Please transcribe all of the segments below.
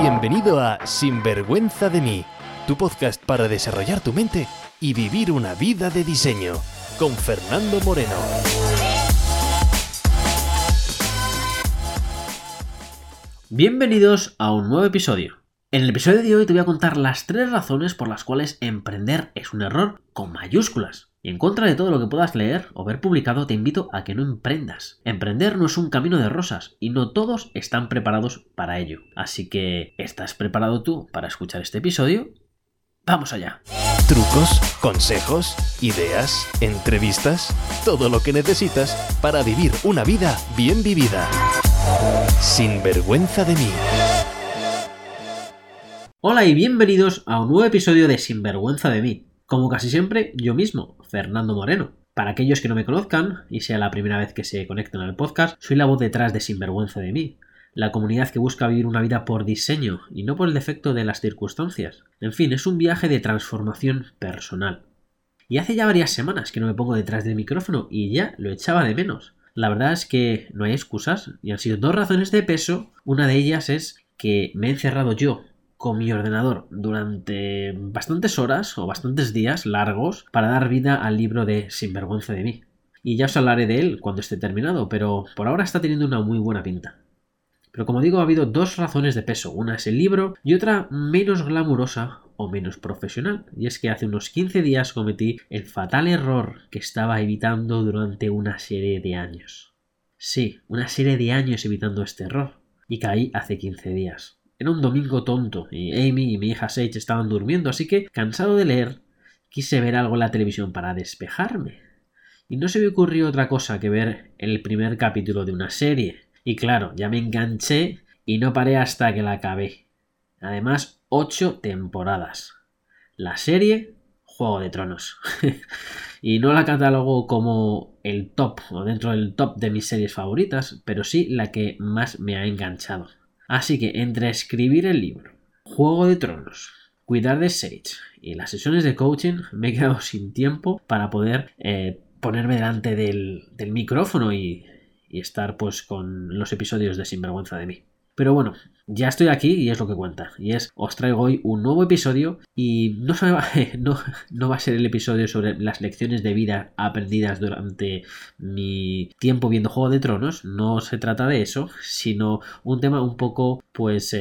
Bienvenido a Sinvergüenza de mí, tu podcast para desarrollar tu mente y vivir una vida de diseño, con Fernando Moreno. Bienvenidos a un nuevo episodio. En el episodio de hoy te voy a contar las 3 razones por las cuales emprender es un error con mayúsculas. Y en contra de todo lo que puedas leer o ver publicado, te invito a que no emprendas. Emprender no es un camino de rosas y no todos están preparados para ello. Así que, ¿estás preparado tú para escuchar este episodio? ¡Vamos allá! Trucos, consejos, ideas, entrevistas, todo lo que necesitas para vivir una vida bien vivida. Sinvergüenza de mí. Hola y bienvenidos a un nuevo episodio de Sinvergüenza de mí. Como casi siempre, yo mismo, Fernando Moreno. Para aquellos que no me conozcan y sea la primera vez que se conecten al podcast, soy la voz detrás de Sinvergüenza de mí, la comunidad que busca vivir una vida por diseño y no por el defecto de las circunstancias. En fin, es un viaje de transformación personal. Y hace ya varias semanas que no me pongo detrás del micrófono y ya lo echaba de menos. La verdad es que no hay excusas y han sido 2 razones de peso. Una de ellas es que me he encerrado yo con mi ordenador durante bastantes horas o bastantes días largos para dar vida al libro de Sinvergüenza de mí. Y ya os hablaré de él cuando esté terminado, pero por ahora está teniendo una muy buena pinta. Pero como digo, ha habido 2 razones de peso. Una es el libro y otra menos glamurosa o menos profesional. Y es que hace unos 15 días cometí el fatal error que estaba evitando durante una serie de años. Sí, una serie de años evitando este error. Y caí hace 15 días. Era un domingo tonto y Amy y mi hija Sage estaban durmiendo, así que, cansado de leer, quise ver algo en la televisión para despejarme. Y no se me ocurrió otra cosa que ver el primer capítulo de una serie. Y claro, ya me enganché y no paré hasta que la acabé. Además, 8 temporadas. La serie, Juego de Tronos. Y no la catalogo como el top o dentro del top de mis series favoritas, pero sí la que más me ha enganchado. Así que entre escribir el libro, Juego de Tronos, cuidar de Sage y las sesiones de coaching me he quedado sin tiempo para poder ponerme delante del micrófono y estar pues con los episodios de Sinvergüenza de mí. Pero bueno, ya estoy aquí y es lo que cuenta. Y os traigo hoy un nuevo episodio y no va a ser el episodio sobre las lecciones de vida aprendidas durante mi tiempo viendo Juego de Tronos. No se trata de eso, sino un tema un poco pues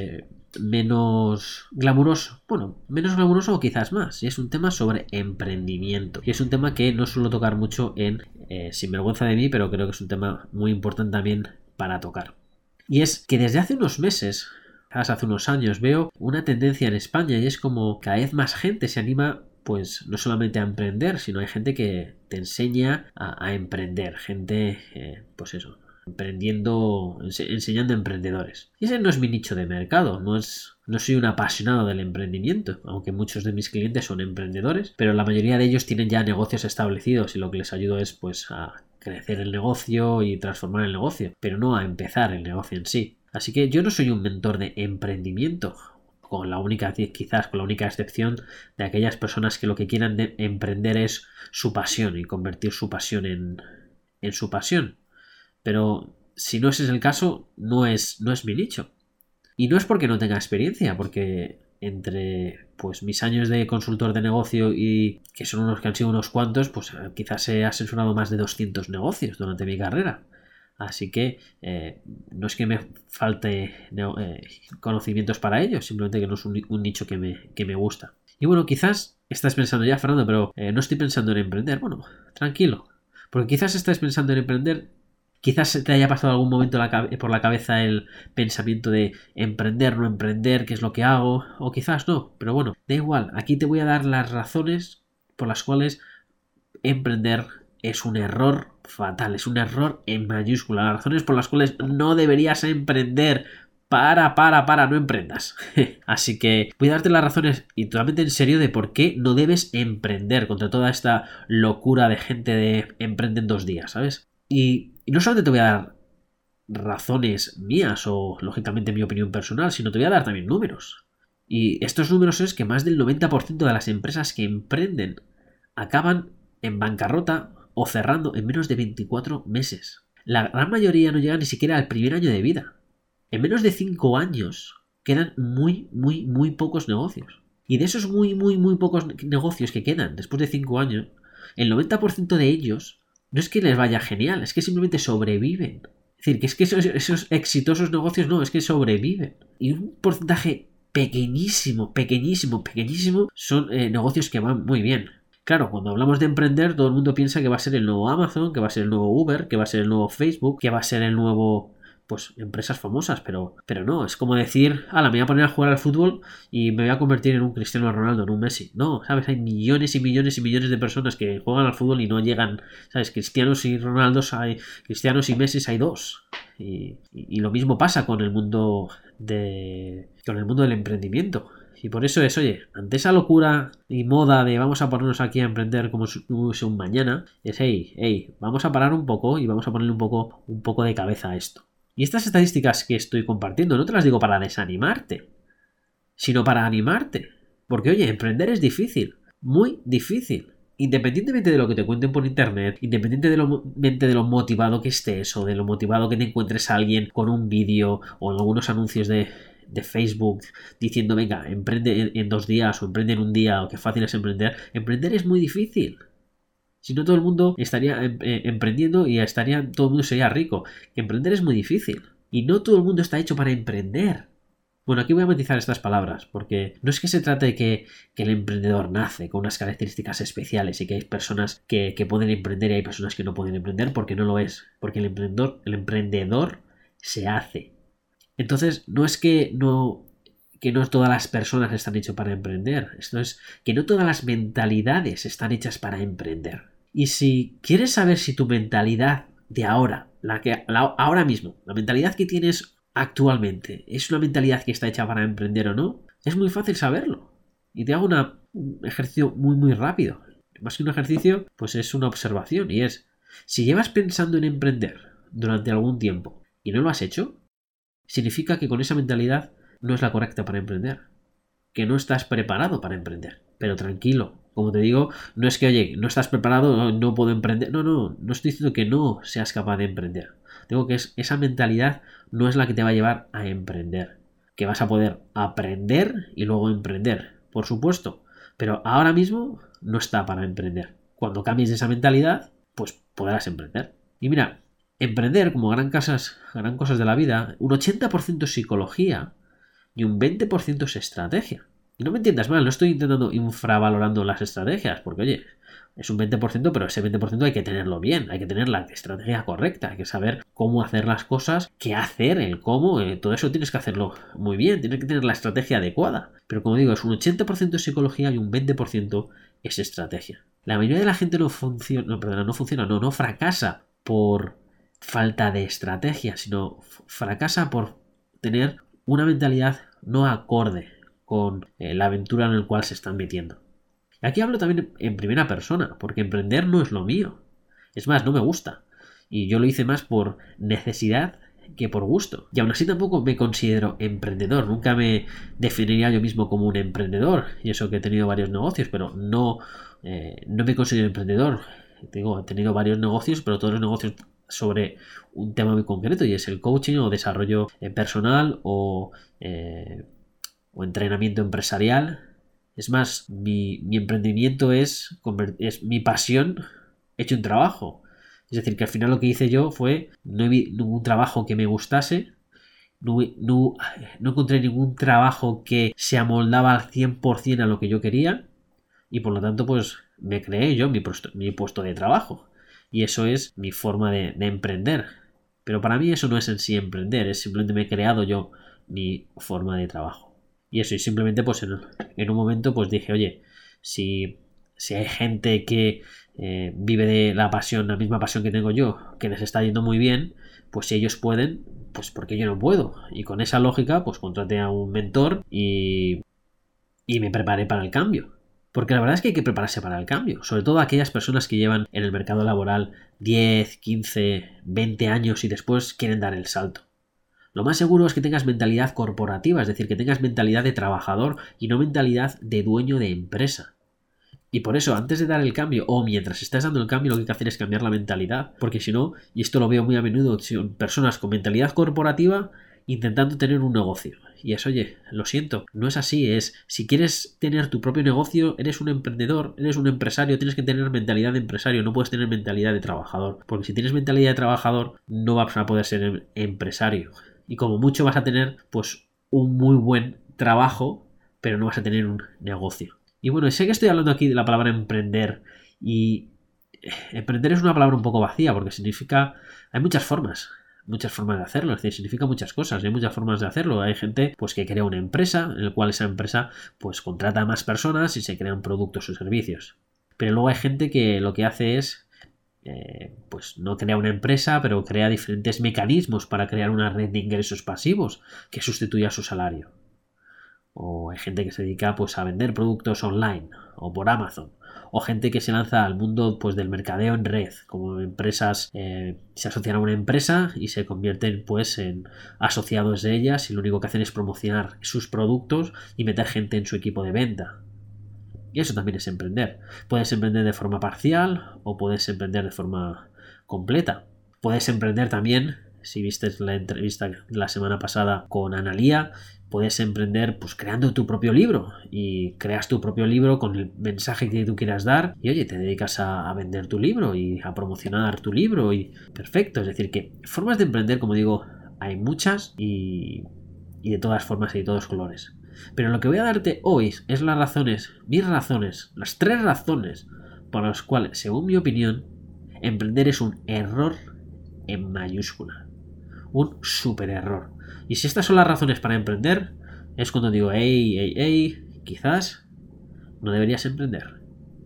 menos glamuroso. Bueno, menos glamuroso o quizás más. Y es un tema sobre emprendimiento. Y es un tema que no suelo tocar mucho en Sinvergüenza de mí, pero creo que es un tema muy importante también para tocar. Y es que desde hace unos meses, hace unos años, veo una tendencia en España y es como cada vez más gente se anima pues no solamente a emprender, sino hay gente que te enseña a emprender, gente pues eso, emprendiendo, enseñando a emprendedores. Y ese no es mi nicho de mercado, no soy un apasionado del emprendimiento, aunque muchos de mis clientes son emprendedores, pero la mayoría de ellos tienen ya negocios establecidos y lo que les ayudo es pues a crecer el negocio y transformar el negocio, pero no a empezar el negocio en sí. Así que yo no soy un mentor de emprendimiento, quizás con la única excepción de aquellas personas que lo que quieran emprender es su pasión y convertir su pasión en su pasión. Pero si no ese es el caso, no es mi nicho. Y no es porque no tenga experiencia, porque entre pues mis años de consultor de negocio y que son unos que han sido unos cuantos, pues quizás he asesorado más de 200 negocios durante mi carrera. Así que no es que me falte conocimientos para ello, simplemente que no es un nicho que me gusta. Y bueno, quizás estás pensando ya, Fernando, pero no estoy pensando en emprender. Bueno, tranquilo, porque quizás estás pensando en emprender. Quizás te haya pasado algún momento por la cabeza el pensamiento de emprender, no emprender, qué es lo que hago, o quizás no, pero bueno, da igual, aquí te voy a dar las razones por las cuales emprender es un error fatal, es un error en mayúscula, las razones por las cuales no deberías emprender. Para, no emprendas. Así que voy a darte las razones y totalmente en serio de por qué no debes emprender contra toda esta locura de gente de emprende en 2 días, ¿sabes? Y no solamente te voy a dar razones mías o, lógicamente, mi opinión personal, sino te voy a dar también números. Y estos números es que más del 90% de las empresas que emprenden acaban en bancarrota o cerrando en menos de 24 meses. La gran mayoría no llega ni siquiera al primer año de vida. En menos de 5 años quedan muy, muy, muy pocos negocios. Y de esos muy, muy, muy pocos negocios que quedan después de 5 años, el 90% de ellos no es que les vaya genial, es que simplemente sobreviven. Es decir, que es que esos exitosos negocios no, es que sobreviven. Y un porcentaje pequeñísimo, pequeñísimo, pequeñísimo son negocios que van muy bien. Claro, cuando hablamos de emprender, todo el mundo piensa que va a ser el nuevo Amazon, que va a ser el nuevo Uber, que va a ser el nuevo Facebook, que va a ser el nuevo, pues, empresas famosas, pero no, es como decir, me voy a poner a jugar al fútbol y me voy a convertir en un Cristiano Ronaldo, en un Messi. No, ¿sabes? Hay millones y millones y millones de personas que juegan al fútbol y no llegan, ¿sabes? Cristianos y Ronaldos hay, Cristianos y Messi hay 2. Y lo mismo pasa con el mundo del emprendimiento. Y por eso es, oye, ante esa locura y moda de vamos a ponernos aquí a emprender como si hubiese un mañana, es hey, vamos a parar un poco y vamos a ponerle un poco de cabeza a esto. Y estas estadísticas que estoy compartiendo no te las digo para desanimarte, sino para animarte. Porque, oye, emprender es difícil, muy difícil. Independientemente de lo que te cuenten por internet, independientemente de lo motivado que estés o de lo motivado que te encuentres a alguien con un vídeo o en algunos anuncios de Facebook diciendo venga, emprende en 2 días o emprende en un día o qué fácil es emprender es muy difícil. Si no, todo el mundo estaría emprendiendo y todo el mundo sería rico. Emprender es muy difícil y no todo el mundo está hecho para emprender. Bueno, aquí voy a matizar estas palabras, porque no es que se trate de que el emprendedor nace con unas características especiales y que hay personas que pueden emprender y hay personas que no pueden emprender, porque no lo es. Porque el emprendedor se hace. Entonces, no es que no todas las personas están hechas para emprender. Esto es que no todas las mentalidades están hechas para emprender. Y si quieres saber si tu mentalidad de ahora, ahora mismo, la mentalidad que tienes actualmente, ¿es una mentalidad que está hecha para emprender o no? Es muy fácil saberlo. Y te hago un ejercicio muy, muy rápido. Más que un ejercicio, pues es una observación. Y es, si llevas pensando en emprender durante algún tiempo y no lo has hecho, significa que con esa mentalidad no es la correcta para emprender. Que no estás preparado para emprender. Pero tranquilo, como te digo, no es que, oye, no estás preparado, no puedo emprender. No estoy diciendo que no seas capaz de emprender. Digo que esa mentalidad no es la que te va a llevar a emprender. Que vas a poder aprender y luego emprender, por supuesto. Pero ahora mismo no está para emprender. Cuando cambies esa mentalidad, pues podrás emprender. Y mira, emprender, como gran cosas de la vida, un 80% es psicología y un 20% es estrategia. Y no me entiendas mal, no estoy intentando infravalorando las estrategias, porque oye, es un 20%, pero ese 20% hay que tenerlo bien, hay que tener la estrategia correcta, hay que saber cómo hacer las cosas, qué hacer, el cómo, todo eso tienes que hacerlo muy bien, tienes que tener la estrategia adecuada. Pero como digo, es un 80% psicología y un 20% es estrategia. La mayoría de la gente no fracasa por falta de estrategia, sino fracasa por tener una mentalidad no acorde con la aventura en la cual se están metiendo. Y aquí hablo también en primera persona, porque emprender no es lo mío. Es más, no me gusta. Y yo lo hice más por necesidad que por gusto. Y aún así tampoco me considero emprendedor. Nunca me definiría yo mismo como un emprendedor. Y eso que he tenido varios negocios, pero no me considero emprendedor. He tenido varios negocios, pero todos los negocios sobre un tema muy concreto, y es el coaching o desarrollo personal o entrenamiento empresarial. Es más, mi emprendimiento es mi pasión hecho un trabajo. Es decir, que al final lo que hice yo fue, no vi ningún trabajo que me gustase, no encontré ningún trabajo que se amoldaba al 100% a lo que yo quería, y por lo tanto pues me creé yo mi puesto de trabajo. Y eso es mi forma de emprender. Pero para mí eso no es en sí emprender, es simplemente me he creado yo mi forma de trabajo. Y eso, y simplemente pues en un momento pues dije, oye, si hay gente que vive de la misma pasión que tengo yo, que les está yendo muy bien, pues si ellos pueden, pues porque yo no puedo. Y con esa lógica pues contraté a un mentor y me preparé para el cambio. Porque la verdad es que hay que prepararse para el cambio, sobre todo aquellas personas que llevan en el mercado laboral 10, 15, 20 años y después quieren dar el salto. Lo más seguro es que tengas mentalidad corporativa, es decir, que tengas mentalidad de trabajador y no mentalidad de dueño de empresa. Y por eso, antes de dar el cambio, o mientras estás dando el cambio, lo que hay que hacer es cambiar la mentalidad. Porque si no, y esto lo veo muy a menudo, son personas con mentalidad corporativa intentando tener un negocio. Y es, oye, lo siento, no es así. Si quieres tener tu propio negocio, eres un emprendedor, eres un empresario, tienes que tener mentalidad de empresario, no puedes tener mentalidad de trabajador. Porque si tienes mentalidad de trabajador, no vas a poder ser empresario. Y como mucho vas a tener, pues, un muy buen trabajo, pero no vas a tener un negocio. Y bueno, sé que estoy hablando aquí de la palabra emprender, y emprender es una palabra un poco vacía porque significa, hay muchas formas de hacerlo, es decir, significa muchas cosas, hay muchas formas de hacerlo. Hay gente pues que crea una empresa, en la cual esa empresa pues contrata a más personas y se crean productos o servicios. Pero luego hay gente que lo que hace es pues no crea una empresa, pero crea diferentes mecanismos para crear una red de ingresos pasivos que sustituya su salario. O hay gente que se dedica pues a vender productos online o por Amazon. O gente que se lanza al mundo pues del mercadeo en red, como empresas se asocian a una empresa y se convierten pues en asociados de ellas, y lo único que hacen es promocionar sus productos y meter gente en su equipo de venta. Y eso también es emprender. Puedes emprender de forma parcial o puedes emprender de forma completa. Puedes emprender también, si viste la entrevista la semana pasada con Analía, puedes emprender pues creando tu propio libro, y creas tu propio libro con el mensaje que tú quieras dar y oye, te dedicas a vender tu libro y a promocionar tu libro y perfecto. Es decir, que formas de emprender, como digo, hay muchas y de todas formas y de todos colores. Pero lo que voy a darte hoy es mis razones, las 3 razones por las cuales, según mi opinión, emprender es un error en mayúscula. Un super error. Y si estas son las razones para emprender, es cuando digo, quizás no deberías emprender.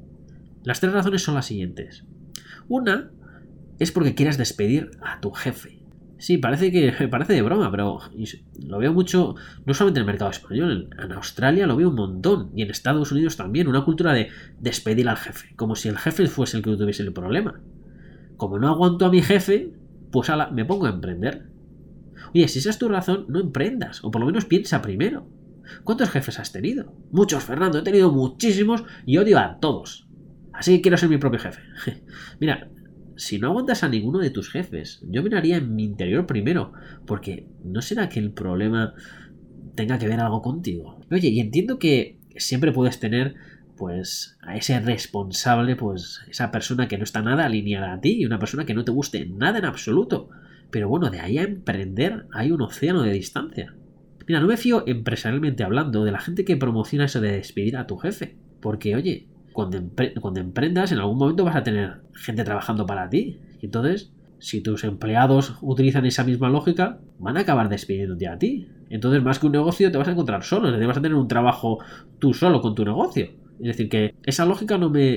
Las 3 razones son las siguientes. Una es porque quieras despedir a tu jefe. Sí, parece de broma, pero lo veo mucho, no solamente en el mercado español, en Australia lo veo un montón, y en Estados Unidos también, una cultura de despedir al jefe, como si el jefe fuese el que tuviese el problema. Como no aguanto a mi jefe, pues me pongo a emprender. Oye, si esa es tu razón, no emprendas, o por lo menos piensa primero. ¿Cuántos jefes has tenido? Muchos, Fernando, he tenido muchísimos y odio a todos. Así que quiero ser mi propio jefe. Mira, si no aguantas a ninguno de tus jefes, yo miraría en mi interior primero, porque ¿no será que el problema tenga que ver algo contigo? Oye, y entiendo que siempre puedes tener pues a ese responsable, pues esa persona que no está nada alineada a ti y una persona que no te guste nada en absoluto. Pero bueno, de ahí a emprender hay un océano de distancia. Mira, no me fío empresarialmente hablando de la gente que promociona eso de despedir a tu jefe, porque oye, cuando emprendas, en algún momento vas a tener gente trabajando para ti. Y entonces, si tus empleados utilizan esa misma lógica, van a acabar despidiéndote a ti. Entonces, más que un negocio, te vas a encontrar solo. Es decir, vas a tener un trabajo tú solo con tu negocio. Es decir, que esa lógica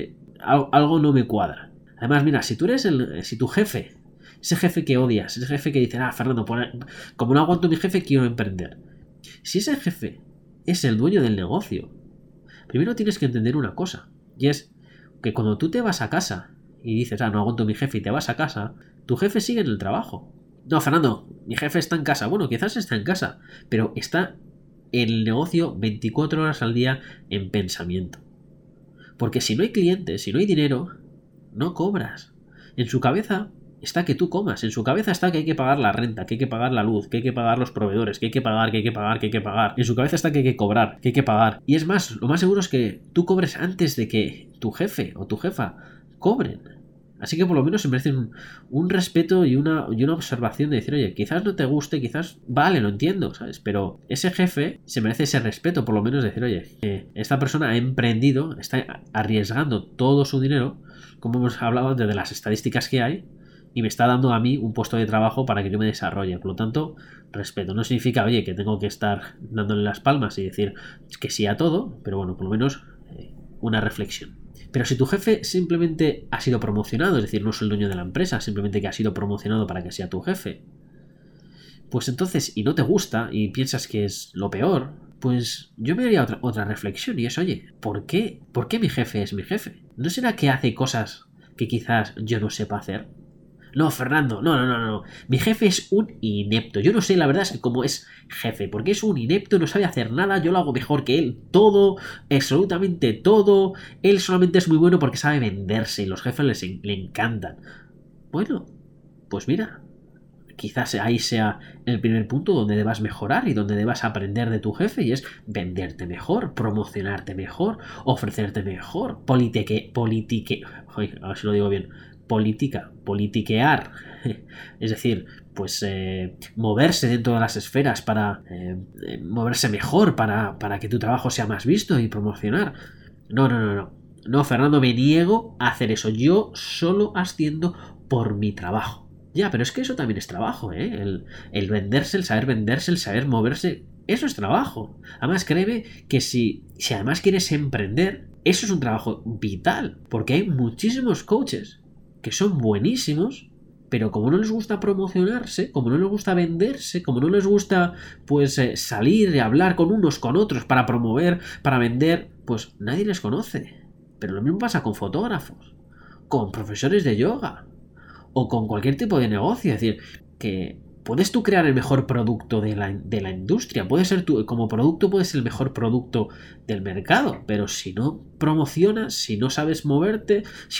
algo no me cuadra. Además, mira, si tu jefe, ese jefe que odias, ese jefe que dice, Fernando, como no aguanto a mi jefe, quiero emprender. Si ese jefe es el dueño del negocio, primero tienes que entender una cosa. Y es que cuando tú te vas a casa y dices, no aguanto a mi jefe, y te vas a casa, tu jefe sigue en el trabajo. No, Fernando, mi jefe está en casa. Bueno, quizás está en casa, pero está en el negocio 24 horas al día en pensamiento. Porque si no hay clientes, si no hay dinero, no cobras. En su cabeza está que tú comas, en su cabeza está que hay que pagar la renta, que hay que pagar la luz, que hay que pagar los proveedores, que hay que pagar, que hay que pagar, que hay que pagar. En su cabeza está que hay que cobrar, que hay que pagar. Y es más, lo más seguro es que tú cobres antes de que tu jefe o tu jefa cobren. Así que por lo menos se merecen un respeto y una observación de decir, oye, quizás no te guste, quizás, vale, lo entiendo, ¿sabes? Pero ese jefe se merece ese respeto, por lo menos decir, oye, esta persona ha emprendido, está arriesgando todo su dinero, como hemos hablado antes de las estadísticas que hay, y me está dando a mí un puesto de trabajo para que yo me desarrolle. Por lo tanto, respeto. No significa, oye, que tengo que estar dándole las palmas y decir que sí a todo, pero bueno, por lo menos una reflexión. Pero si tu jefe simplemente ha sido promocionado, es decir, no es el dueño de la empresa, simplemente que ha sido promocionado para que sea tu jefe, pues entonces, y no te gusta y piensas que es lo peor, pues yo me haría otra reflexión, y es, oye, ¿por qué mi jefe es mi jefe? ¿No será que hace cosas que quizás yo no sepa hacer? No, Fernando, no. Mi jefe es un inepto. Yo no sé, la verdad es que cómo es jefe, porque es un inepto, no sabe hacer nada, yo lo hago mejor que él. Todo, absolutamente todo. Él solamente es muy bueno porque sabe venderse y los jefes le encantan. Bueno, pues mira, quizás ahí sea el primer punto donde debas mejorar y donde debas aprender de tu jefe, y es venderte mejor, promocionarte mejor, ofrecerte mejor, a ver si lo digo bien, politiquear, es decir, pues moverse dentro de las esferas para moverse mejor, para que tu trabajo sea más visto y promocionar. No, Fernando, me niego a hacer eso. Yo solo asciendo por mi trabajo. Ya, pero es que eso también es trabajo, ¿eh? El venderse, el saber moverse, eso es trabajo. Además, créeme que si además quieres emprender, eso es un trabajo vital, porque hay muchísimos coaches que son buenísimos, pero como no les gusta promocionarse, como no les gusta venderse, como no les gusta pues salir y hablar con unos, con otros, para promover, para vender, pues nadie les conoce. Pero lo mismo pasa con fotógrafos, con profesores de yoga, o con cualquier tipo de negocio. Es decir, que puedes tú crear el mejor producto de la industria, puede ser tú, como producto puedes ser el mejor producto del mercado, pero si no promocionas, si no sabes moverte,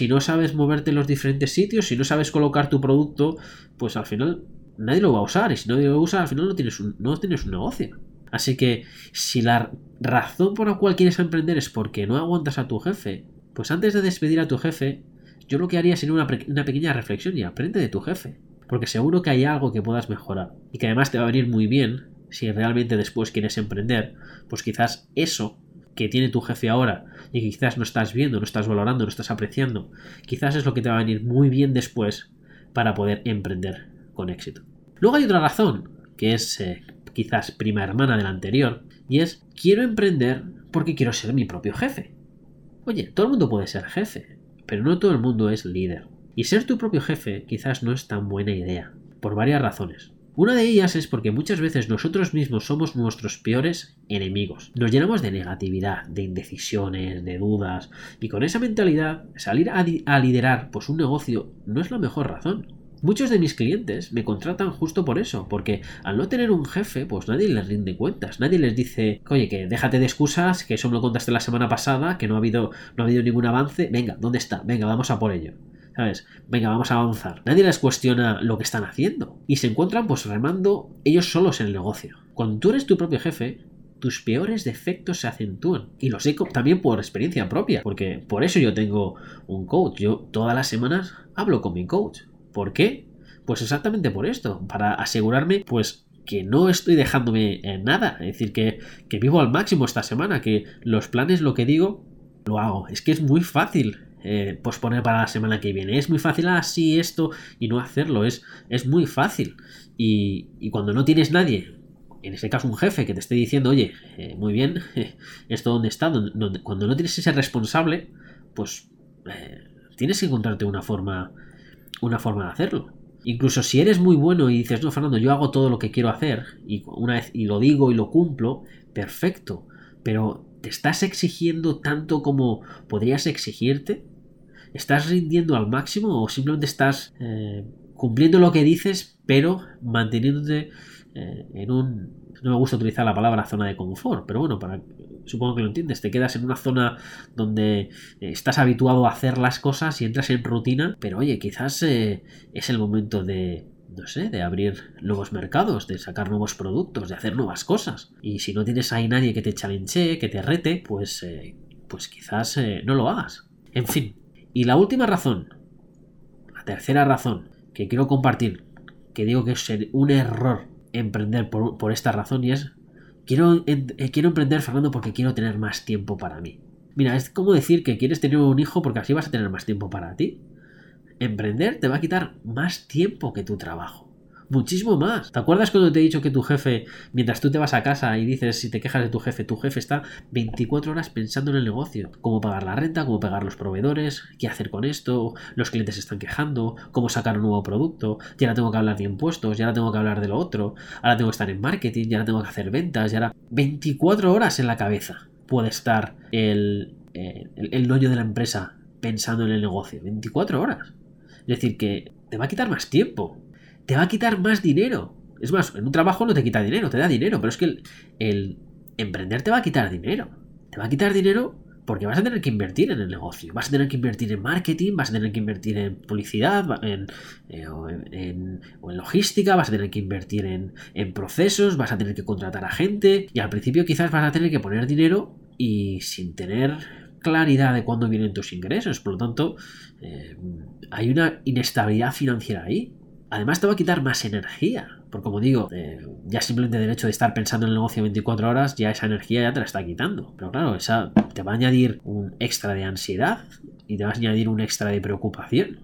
en los diferentes sitios, si no sabes colocar tu producto, pues al final nadie lo va a usar, y si nadie lo usa, al final no tienes un negocio. Así que si la razón por la cual quieres emprender es porque no aguantas a tu jefe, pues antes de despedir a tu jefe, yo lo que haría sería una pequeña reflexión y aprende de tu jefe. Porque seguro que hay algo que puedas mejorar y que además te va a venir muy bien si realmente después quieres emprender. Pues quizás eso que tiene tu jefe ahora y que quizás no estás viendo, no estás valorando, no estás apreciando, quizás es lo que te va a venir muy bien después para poder emprender con éxito. Luego hay otra razón que es quizás prima hermana de la anterior, y es: quiero emprender porque quiero ser mi propio jefe. Oye, todo el mundo puede ser jefe, pero no todo el mundo es líder. Y ser tu propio jefe quizás no es tan buena idea, por varias razones. Una de ellas es porque muchas veces nosotros mismos somos nuestros peores enemigos. Nos llenamos de negatividad, de indecisiones, de dudas, y con esa mentalidad, salir a liderar pues un negocio no es la mejor razón. Muchos de mis clientes me contratan justo por eso, porque al no tener un jefe, pues nadie les rinde cuentas, nadie les dice: oye, que déjate de excusas, que eso me lo contaste la semana pasada, que no ha habido ningún avance, venga, ¿dónde está? Venga, vamos a por ello. ¿Sabes? Venga, vamos a avanzar. Nadie les cuestiona lo que están haciendo y se encuentran pues remando ellos solos en el negocio. Cuando tú eres tu propio jefe, tus peores defectos se acentúan. Y lo sé también por experiencia propia, porque por eso yo tengo un coach. Yo todas las semanas hablo con mi coach. ¿Por qué? Pues exactamente por esto, para asegurarme pues que no estoy dejándome en nada, es decir, que vivo al máximo esta semana, que los planes, lo que digo, lo hago. Es que es muy fácil posponer para la semana que viene, es muy fácil así esto y no hacerlo, es muy fácil. Y cuando no tienes nadie, en este caso un jefe, que te esté diciendo: oye, muy bien, esto dónde está, cuando no tienes ese responsable, pues tienes que encontrarte una forma de hacerlo. Incluso si eres muy bueno y dices: no, Fernando, yo hago todo lo que quiero hacer, y una vez y lo digo y lo cumplo, perfecto, pero ¿te estás exigiendo tanto como podrías exigirte? ¿Estás rindiendo al máximo o simplemente estás cumpliendo lo que dices, pero manteniéndote en un... No me gusta utilizar la palabra zona de confort, pero bueno, supongo que lo entiendes. Te quedas en una zona donde estás habituado a hacer las cosas y entras en rutina, pero oye, quizás es el momento de, no sé, de abrir nuevos mercados, de sacar nuevos productos, de hacer nuevas cosas. Y si no tienes ahí nadie que te challengee, que te rete, pues quizás no lo hagas. En fin. Y la última razón, la tercera razón que quiero compartir, que digo que es un error emprender por esta razón, y es: quiero emprender, Fernando, porque quiero tener más tiempo para mí. Mira, es como decir que quieres tener un hijo porque así vas a tener más tiempo para ti. Emprender te va a quitar más tiempo que tu trabajo. Muchísimo más. ¿Te acuerdas cuando te he dicho que tu jefe, mientras tú te vas a casa y dices, si te quejas de tu jefe está 24 horas pensando en el negocio? Cómo pagar la renta, cómo pagar los proveedores, qué hacer con esto, los clientes se están quejando, cómo sacar un nuevo producto, ya ahora tengo que hablar de impuestos, ya ahora tengo que hablar de lo otro, ahora tengo que estar en marketing, ya ahora tengo que hacer ventas, ya ahora... 24 horas en la cabeza puede estar el dueño de la empresa pensando en el negocio. 24 horas. Es decir, que te va a quitar más tiempo. Te va a quitar más dinero. Es más, en un trabajo no te quita dinero, te da dinero, pero es que el emprender te va a quitar dinero. Te va a quitar dinero Porque vas a tener que invertir en el negocio, vas a tener que invertir en marketing, vas a tener que invertir en publicidad, o en logística, vas a tener que invertir en procesos, vas a tener que contratar a gente y al principio quizás vas a tener que poner dinero y sin tener claridad de cuándo vienen tus ingresos. Por lo tanto, hay una inestabilidad financiera ahí. Además te va a quitar más energía, porque como digo, ya simplemente el hecho de estar pensando en el negocio 24 horas, ya esa energía ya te la está quitando. Pero claro, esa te va a añadir un extra de ansiedad y te va a añadir un extra de preocupación.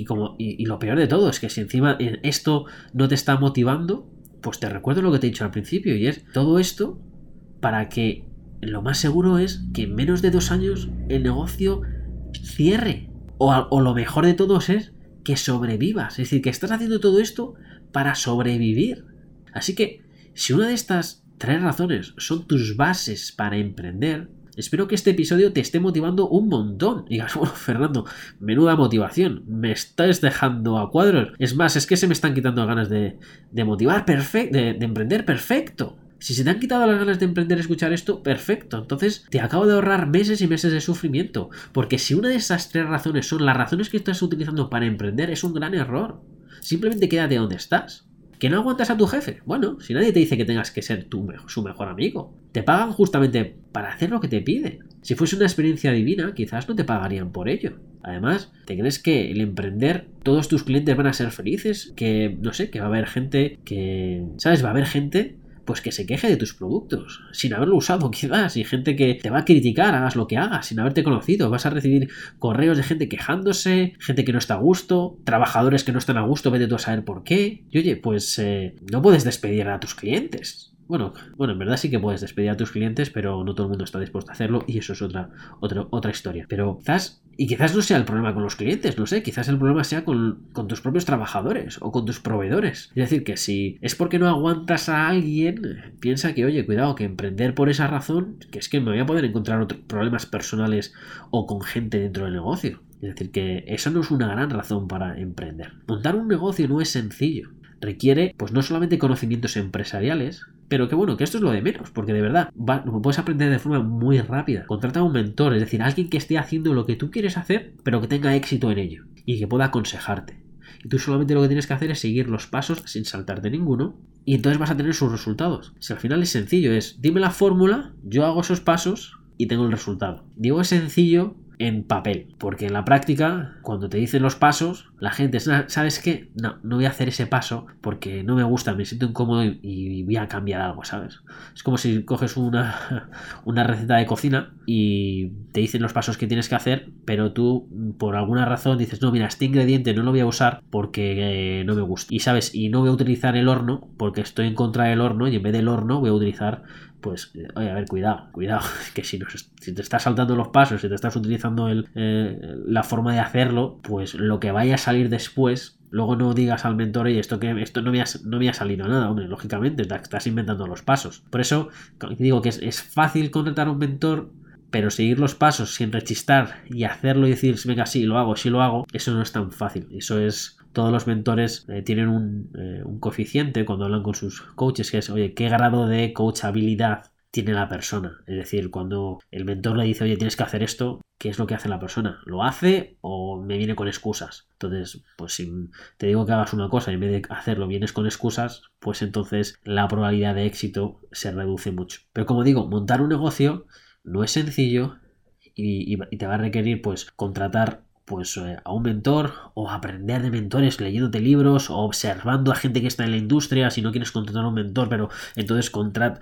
Y lo peor de todo es que si encima esto no te está motivando, pues te recuerdo lo que te he dicho al principio, y es todo esto para que lo más seguro es que en menos de 2 años el negocio cierre. O lo mejor de todos es que sobrevivas. Es decir, que estás haciendo todo esto para sobrevivir. Así que, si una de estas 3 razones son tus bases para emprender, espero que este episodio te esté motivando un montón. Y digas, bueno, Fernando, menuda motivación, me estás dejando a cuadros. Es más, es que se me están quitando ganas de motivar, de emprender, perfecto. Si se te han quitado las ganas de emprender escuchar esto, perfecto. Entonces te acabo de ahorrar meses y meses de sufrimiento. Porque si una de esas 3 razones son las razones que estás utilizando para emprender, es un gran error. Simplemente quédate donde estás. ¿Que no aguantas a tu jefe? Bueno, si nadie te dice que tengas que ser su mejor amigo. Te pagan justamente para hacer lo que te pide. Si fuese una experiencia divina, quizás no te pagarían por ello. Además, ¿te crees que el emprender, todos tus clientes van a ser felices? Que, no sé, que va a haber gente que... ¿Sabes? Va a haber gente pues que se queje de tus productos, sin haberlo usado quizás, y gente que te va a criticar, hagas lo que hagas, sin haberte conocido. Vas a recibir correos de gente quejándose, gente que no está a gusto, trabajadores que no están a gusto, vete tú a saber por qué. Y oye, pues no puedes despedir a tus clientes. Bueno, en verdad sí que puedes despedir a tus clientes, pero no todo el mundo está dispuesto a hacerlo y eso es otra historia. Pero quizás no sea el problema con los clientes, no sé, quizás el problema sea con tus propios trabajadores o con tus proveedores. Es decir, que si es porque no aguantas a alguien, piensa que, oye, cuidado, que emprender por esa razón, que es que me voy a poder encontrar otros problemas personales o con gente dentro del negocio. Es decir, que eso no es una gran razón para emprender. Montar un negocio no es sencillo. Requiere, pues no solamente conocimientos empresariales, pero que bueno, que esto es lo de menos, porque de verdad lo puedes aprender de forma muy rápida. Contrata a un mentor, es decir, alguien que esté haciendo lo que tú quieres hacer, pero que tenga éxito en ello y que pueda aconsejarte. Y tú solamente lo que tienes que hacer es seguir los pasos sin saltarte ninguno y entonces vas a tener sus resultados. Si al final es sencillo, es dime la fórmula, yo hago esos pasos y tengo el resultado. Digo es sencillo en papel, porque en la práctica, cuando te dicen los pasos, la gente, ¿sabes qué? No voy a hacer ese paso porque no me gusta, me siento incómodo y voy a cambiar algo, ¿sabes? Es como si coges una receta de cocina y te dicen los pasos que tienes que hacer, pero tú por alguna razón dices, no, mira, este ingrediente no lo voy a usar porque no me gusta. Y ¿sabes? Y no voy a utilizar el horno porque estoy en contra del horno y en vez del horno voy a utilizar, pues, oye, a ver, cuidado, que si te estás saltando los pasos, si te estás utilizando la forma de hacerlo, pues lo que vaya a salir después, luego no digas al mentor, oye, esto no me ha salido nada, hombre, lógicamente, estás inventando los pasos. Por eso digo que es fácil contratar a un mentor, pero seguir los pasos sin rechistar y hacerlo y decir, venga, sí lo hago, eso no es tan fácil. Eso es... Todos los mentores tienen un coeficiente cuando hablan con sus coaches, que es, oye, ¿qué grado de coachabilidad tiene la persona? Es decir, cuando el mentor le dice, oye, tienes que hacer esto, ¿qué es lo que hace la persona? ¿Lo hace o me viene con excusas? Entonces, pues si te digo que hagas una cosa y en vez de hacerlo vienes con excusas, pues entonces la probabilidad de éxito se reduce mucho. Pero como digo, montar un negocio no es sencillo y te va a requerir, pues, contratar a un mentor o aprender de mentores leyéndote libros o observando a gente que está en la industria. Si no quieres contratar a un mentor, pero entonces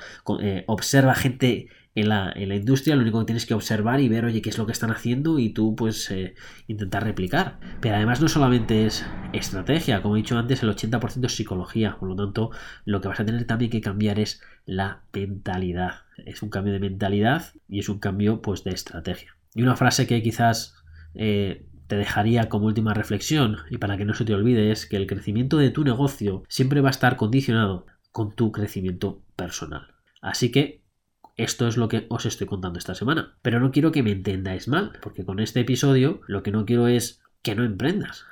observa gente en la industria. Lo único que tienes que observar y ver, oye, qué es lo que están haciendo y tú pues intentar replicar. Pero además no solamente es estrategia, como he dicho antes, el 80% es psicología. Por lo tanto, lo que vas a tener también que cambiar es la mentalidad. Es un cambio de mentalidad y es un cambio pues de estrategia. Y una frase que quizás te dejaría como última reflexión y para que no se te olvide es que el crecimiento de tu negocio siempre va a estar condicionado con tu crecimiento personal. Así que esto es lo que os estoy contando esta semana. Pero no quiero que me entendáis mal, porque con este episodio lo que no quiero es que no emprendas.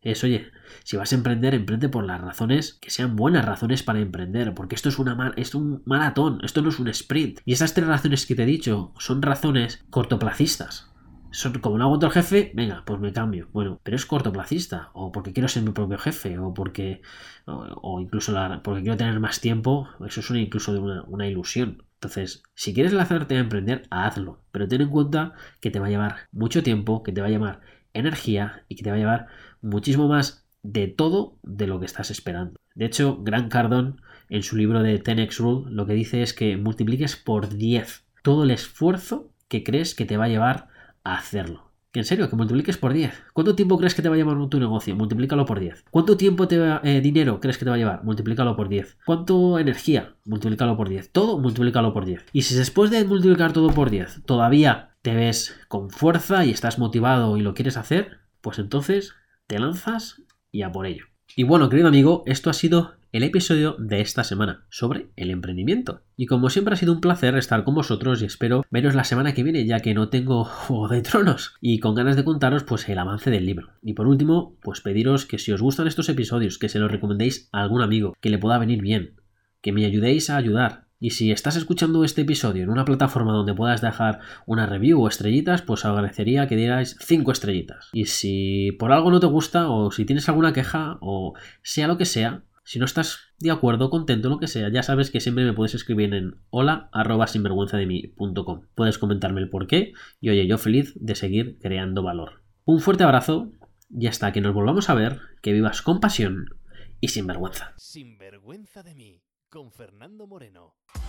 es, oye, si vas a emprender, emprende por las razones que sean buenas razones para emprender, porque esto es un maratón, esto no es un sprint. Y esas 3 razones que te he dicho son razones cortoplacistas. Son como no aguanto al jefe, venga, pues me cambio. Bueno, pero es cortoplacista, o porque quiero ser mi propio jefe, o porque o incluso porque quiero tener más tiempo. Eso es incluso de una ilusión. Entonces, si quieres lanzarte a emprender, hazlo, pero ten en cuenta que te va a llevar mucho tiempo, que te va a llevar energía y que te va a llevar muchísimo más de todo de lo que estás esperando. De hecho, Grant Cardone, en su libro de 10X Rule, lo que dice es que multipliques por 10 todo el esfuerzo que crees que te va a llevar a hacerlo. Que en serio, que multipliques por 10. ¿Cuánto tiempo crees que te va a llevar tu negocio? Multiplícalo por 10. ¿Cuánto tiempo dinero crees que te va a llevar? Multiplícalo por 10. ¿Cuánto energía? Multiplícalo por 10. Todo, multiplícalo por 10. Y si después de multiplicar todo por 10 todavía te ves con fuerza y estás motivado y lo quieres hacer, pues entonces te lanzas y a por ello. Y bueno, querido amigo, esto ha sido el episodio de esta semana sobre el emprendimiento. Y como siempre ha sido un placer estar con vosotros y espero veros la semana que viene, ya que no tengo Juego de Tronos y con ganas de contaros pues el avance del libro. Y por último, pues pediros que si os gustan estos episodios, que se los recomendéis a algún amigo que le pueda venir bien, que me ayudéis a ayudar. Y si estás escuchando este episodio en una plataforma donde puedas dejar una review o estrellitas, pues agradecería que dierais 5 estrellitas. Y si por algo no te gusta o si tienes alguna queja o sea lo que sea, si no estás de acuerdo, contento, lo que sea, ya sabes que siempre me puedes escribir en hola@sinvergüenzademi.com. Puedes comentarme el porqué y oye, yo feliz de seguir creando valor. Un fuerte abrazo y hasta que nos volvamos a ver, que vivas con pasión y sin vergüenza. Sin vergüenza de mí, con Fernando Moreno.